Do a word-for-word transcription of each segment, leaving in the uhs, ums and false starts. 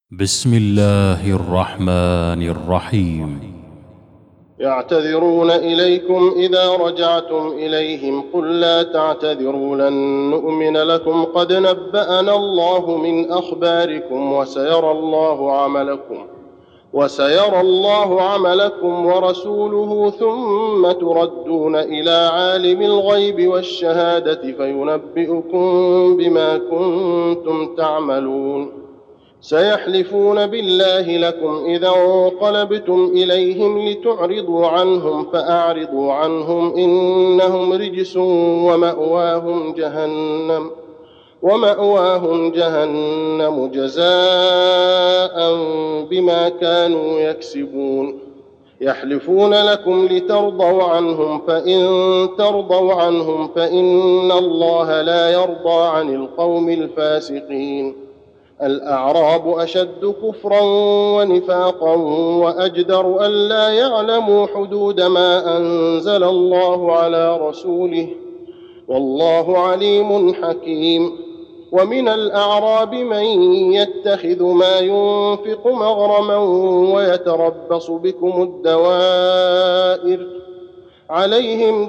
بسم الله الرحمن الرحيم. يعتذرون إليكم إذا رجعتم إليهم قل لا تعتذروا لن نؤمن لكم قد نبأنا الله من أخباركم وسيرى الله عملكم وسيرى الله عملكم ورسوله ثم تردون إلى عالم الغيب والشهادة فينبئكم بما كنتم تعملون. سيحلفون بالله لكم إذا انقلبتم إليهم لتعرضوا عنهم فأعرضوا عنهم إنهم رجس ومأواهم جهنم ومأواهم جهنم جزاء بما كانوا يكسبون. يحلفون لكم لترضوا عنهم فإن ترضوا عنهم فإن الله لا يرضى عن القوم الفاسقين. الأعراب أشد كفرا ونفاقا وأجدر ألا يعلموا حدود ما أنزل الله على رسوله والله عليم حكيم. ومن الأعراب من يتخذ ما ينفق مغرما ويتربص بكم الدوائر عليهم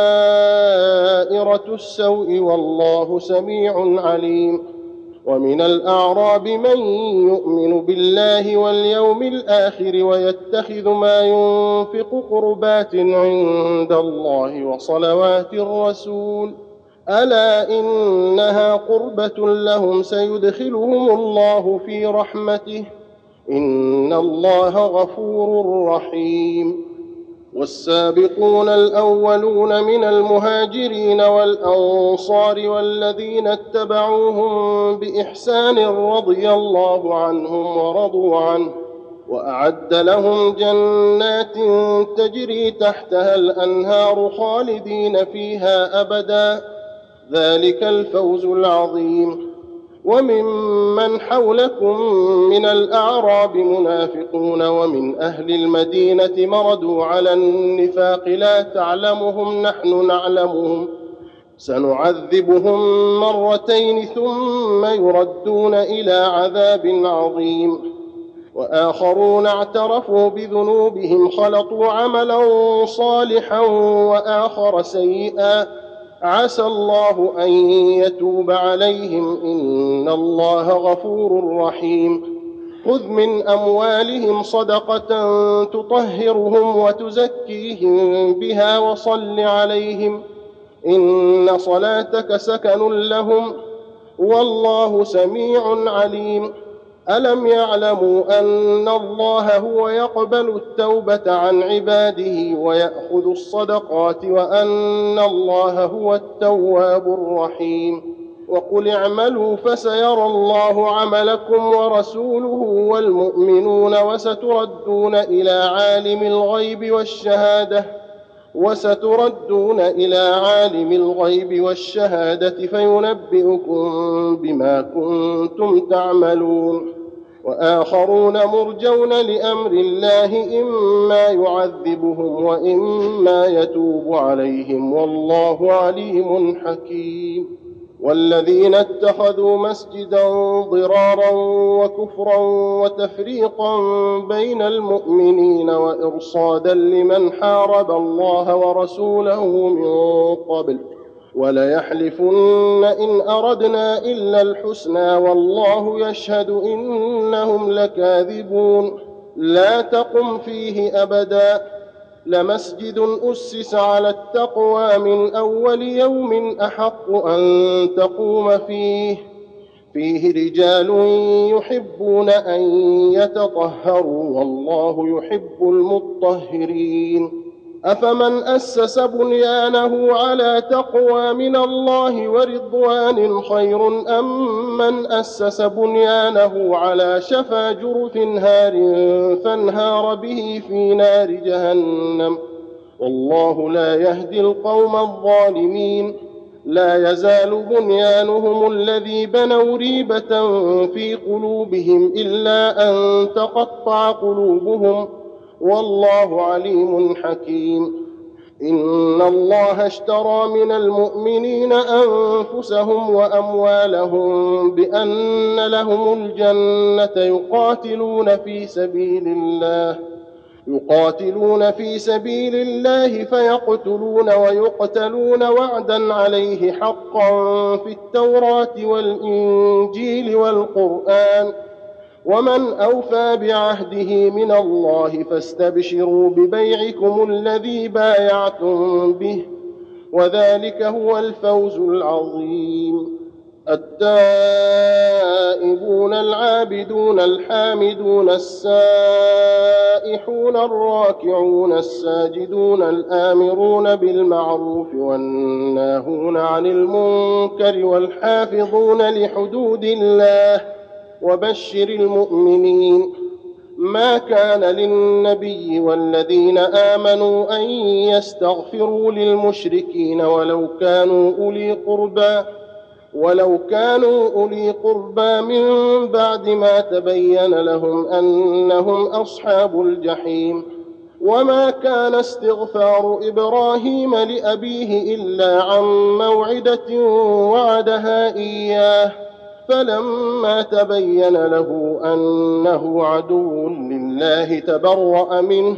دائرة السوء والله سميع عليم. ومن الأعراب من يؤمن بالله واليوم الآخر ويتخذ ما ينفق قربات عند الله وصلوات الرسول ألا إنها قربة لهم سيدخلهم الله في رحمته إن الله غفور رحيم. والسابقون الأولون من المهاجرين والأنصار والذين اتبعوهم بإحسان رضي الله عنهم ورضوا عنه وأعد لهم جنات تجري تحتها الأنهار خالدين فيها أبدا ذلك الفوز العظيم. وممن حولكم من الأعراب منافقون ومن أهل المدينة مردوا على النفاق لا تعلمهم نحن نعلمهم سنعذبهم مرتين ثم يردون إلى عذاب عظيم. وآخرون اعترفوا بذنوبهم خلطوا عملا صالحا وآخر سيئا عسى الله أن يتوب عليهم إن الله غفور رحيم. خذ من أموالهم صدقة تطهرهم وتزكيهم بها وصل عليهم إن صلاتك سكن لهم والله سميع عليم. ألم يعلموا أن الله هو يقبل التوبة عن عباده ويأخذ الصدقات وأن الله هو التواب الرحيم. وقل اعملوا فسيرى الله عملكم ورسوله والمؤمنون وستردون إلى عالم الغيب والشهادة وستردون إلى عالم الغيب والشهادة فينبئكم بما كنتم تعملون. وآخرون مرجون لأمر الله إما يعذبهم وإما يتوب عليهم والله عليم حكيم. والذين اتخذوا مسجدا ضرارا وكفرا وتفريقا بين المؤمنين وإرصادا لمن حارب الله ورسوله من قبل وليحلفن إن أردنا إلا الحسنى والله يشهد إنهم لكاذبون. لا تقم فيه أبدا لمسجد أسس على التقوى من أول يوم أحق أن تقوم فيه فيه رجال يحبون أن يتطهروا والله يحب المطهرين. أفمن أسس بنيانه على تقوى من الله ورضوان خير أم من أسس بنيانه على شفا جرف هار فانهار به في نار جهنم والله لا يهدي القوم الظالمين. لا يزال بنيانهم الذي بنوا ريبة في قلوبهم إلا أن تقطع قلوبهم والله عليم حكيم. إن الله اشترى من المؤمنين أنفسهم وأموالهم بأن لهم الجنة يقاتلون في سبيل الله يقاتلون في سبيل الله فيقتلون ويقتلون وعدا عليه حقا في التوراة والإنجيل والقرآن ومن أوفى بعهده من الله فاستبشروا ببيعكم الذي بايعتم به وذلك هو الفوز العظيم. التائبون العابدون الحامدون السائحون الراكعون الساجدون الآمرون بالمعروف والناهون عن المنكر والحافظون لحدود الله وبشر المؤمنين. ما كان للنبي والذين آمنوا أن يستغفروا للمشركين ولو كانوا أولي قربى ولو كانوا أولي قربى من بعد ما تبين لهم أنهم أصحاب الجحيم. وما كان استغفار إبراهيم لأبيه إلا عن موعدة وعدها إياه فلما تبين له أنه عدو لله تبرأ منه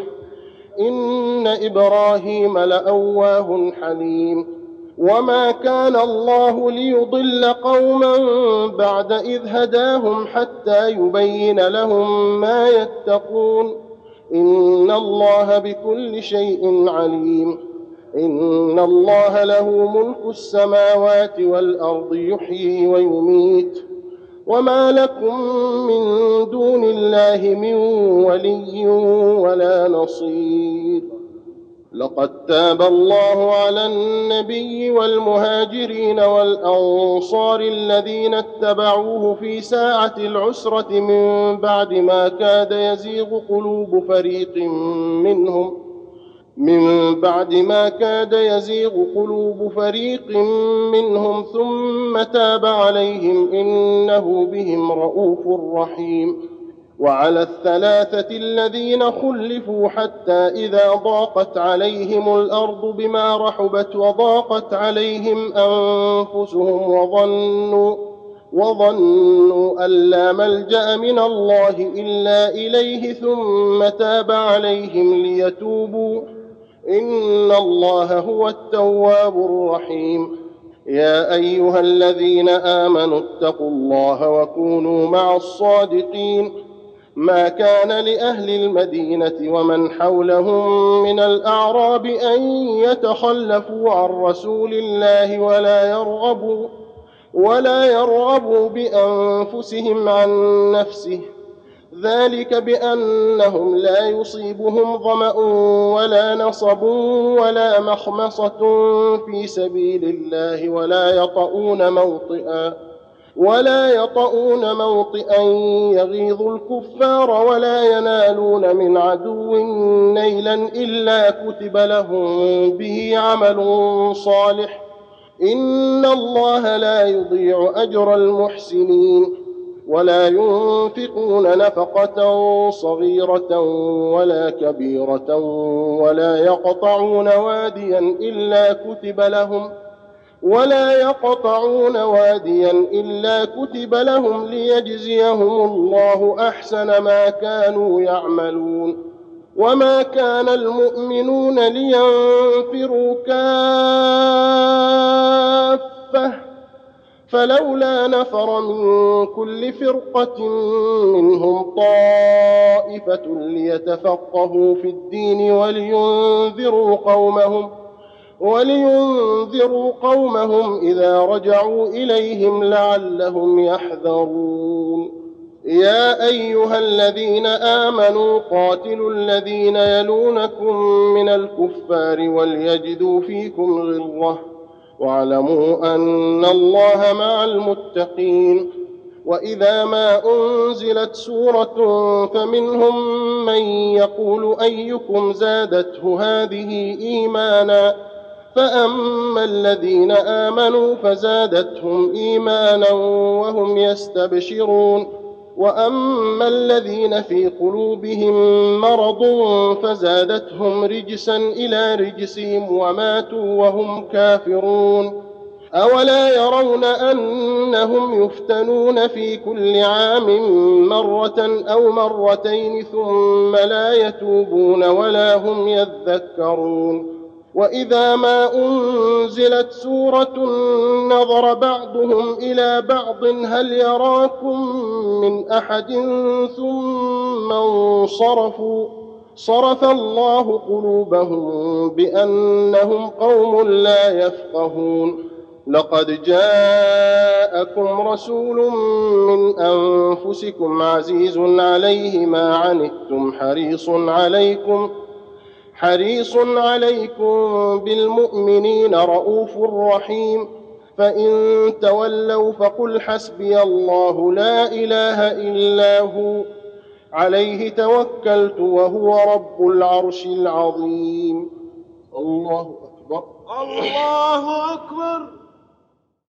إن إبراهيم لأواه حليم. وما كان الله ليضل قوما بعد إذ هداهم حتى يبين لهم ما يتقون إن الله بكل شيء عليم. إن الله له ملك السماوات والأرض يحيي ويميت وما لكم من دون الله من ولي ولا نصير. لقد تاب الله على النبي والمهاجرين والأنصار الذين اتبعوه في ساعة العسرة من بعد ما كاد يزيغ قلوب فريق منهم من بعد ما كاد يزيغ قلوب فريق منهم ثم تاب عليهم إنه بهم رءوف رحيم. وعلى الثلاثة الذين خلفوا حتى إذا ضاقت عليهم الأرض بما رحبت وضاقت عليهم أنفسهم وظنوا وظنوا أن لا ملجأ من الله إلا إليه ثم تاب عليهم ليتوبوا إن الله هو التواب الرحيم. يا أيها الذين آمنوا اتقوا الله وكونوا مع الصادقين. ما كان لأهل المدينة ومن حولهم من الأعراب أن يتخلفوا عن رسول الله ولا يرغبوا ولا يرغبوا بأنفسهم عن نفسه ذلك بأنهم لا يصيبهم ظمأ ولا نصب ولا مخمصة في سبيل الله ولا يطؤون موطئا ولا يطؤون موطئا يغيظ الكفار ولا ينالون من عدو نيلا إلا كتب لهم به عمل صالح إن الله لا يضيع أجر المحسنين. ولا ينفقون نفقة صغيرة ولا كبيرة ولا يقطعون واديا إلا كتب لهم ولا يقطعون واديا إلا كتب لهم ليجزيهم الله أحسن ما كانوا يعملون. وما كان المؤمنون لينفروا كافة فلولا نفر من كل فرقة منهم طائفة ليتفقهوا في الدين ولينذروا قومهم ولينذروا قومهم إذا رجعوا إليهم لعلهم يحذرون. يا أيها الذين آمنوا قاتلوا الذين يلونكم من الكفار وليجدوا فيكم غلظة واعلموا أن الله مع المتقين. وإذا ما أنزلت سورة فمنهم من يقول أيكم زادته هذه إيمانا فأما الذين آمنوا فزادتهم إيمانا وهم يستبشرون. وأما الذين في قلوبهم مرض فزادتهم رجسا إلى رجسهم وماتوا وهم كافرون أولا يرون أنهم يفتنون في كل عام مرة أو مرتين ثم لا يتوبون ولا هم يذكرون وإذا ما أنزلت سورة نظر بعضهم إلى بعض هل يراكم من أحد ثم انصرفوا صرف الله قلوبهم بأنهم قوم لا يفقهون لقد جاءكم رسول من أنفسكم عزيز عليه ما عنتم حريص عليكم حريص عليكم بالمؤمنين رءوف رحيم فإن تولوا فقل حسبي الله لا إله إلا هو عليه توكلت وهو رب العرش العظيم الله أكبر الله أكبر.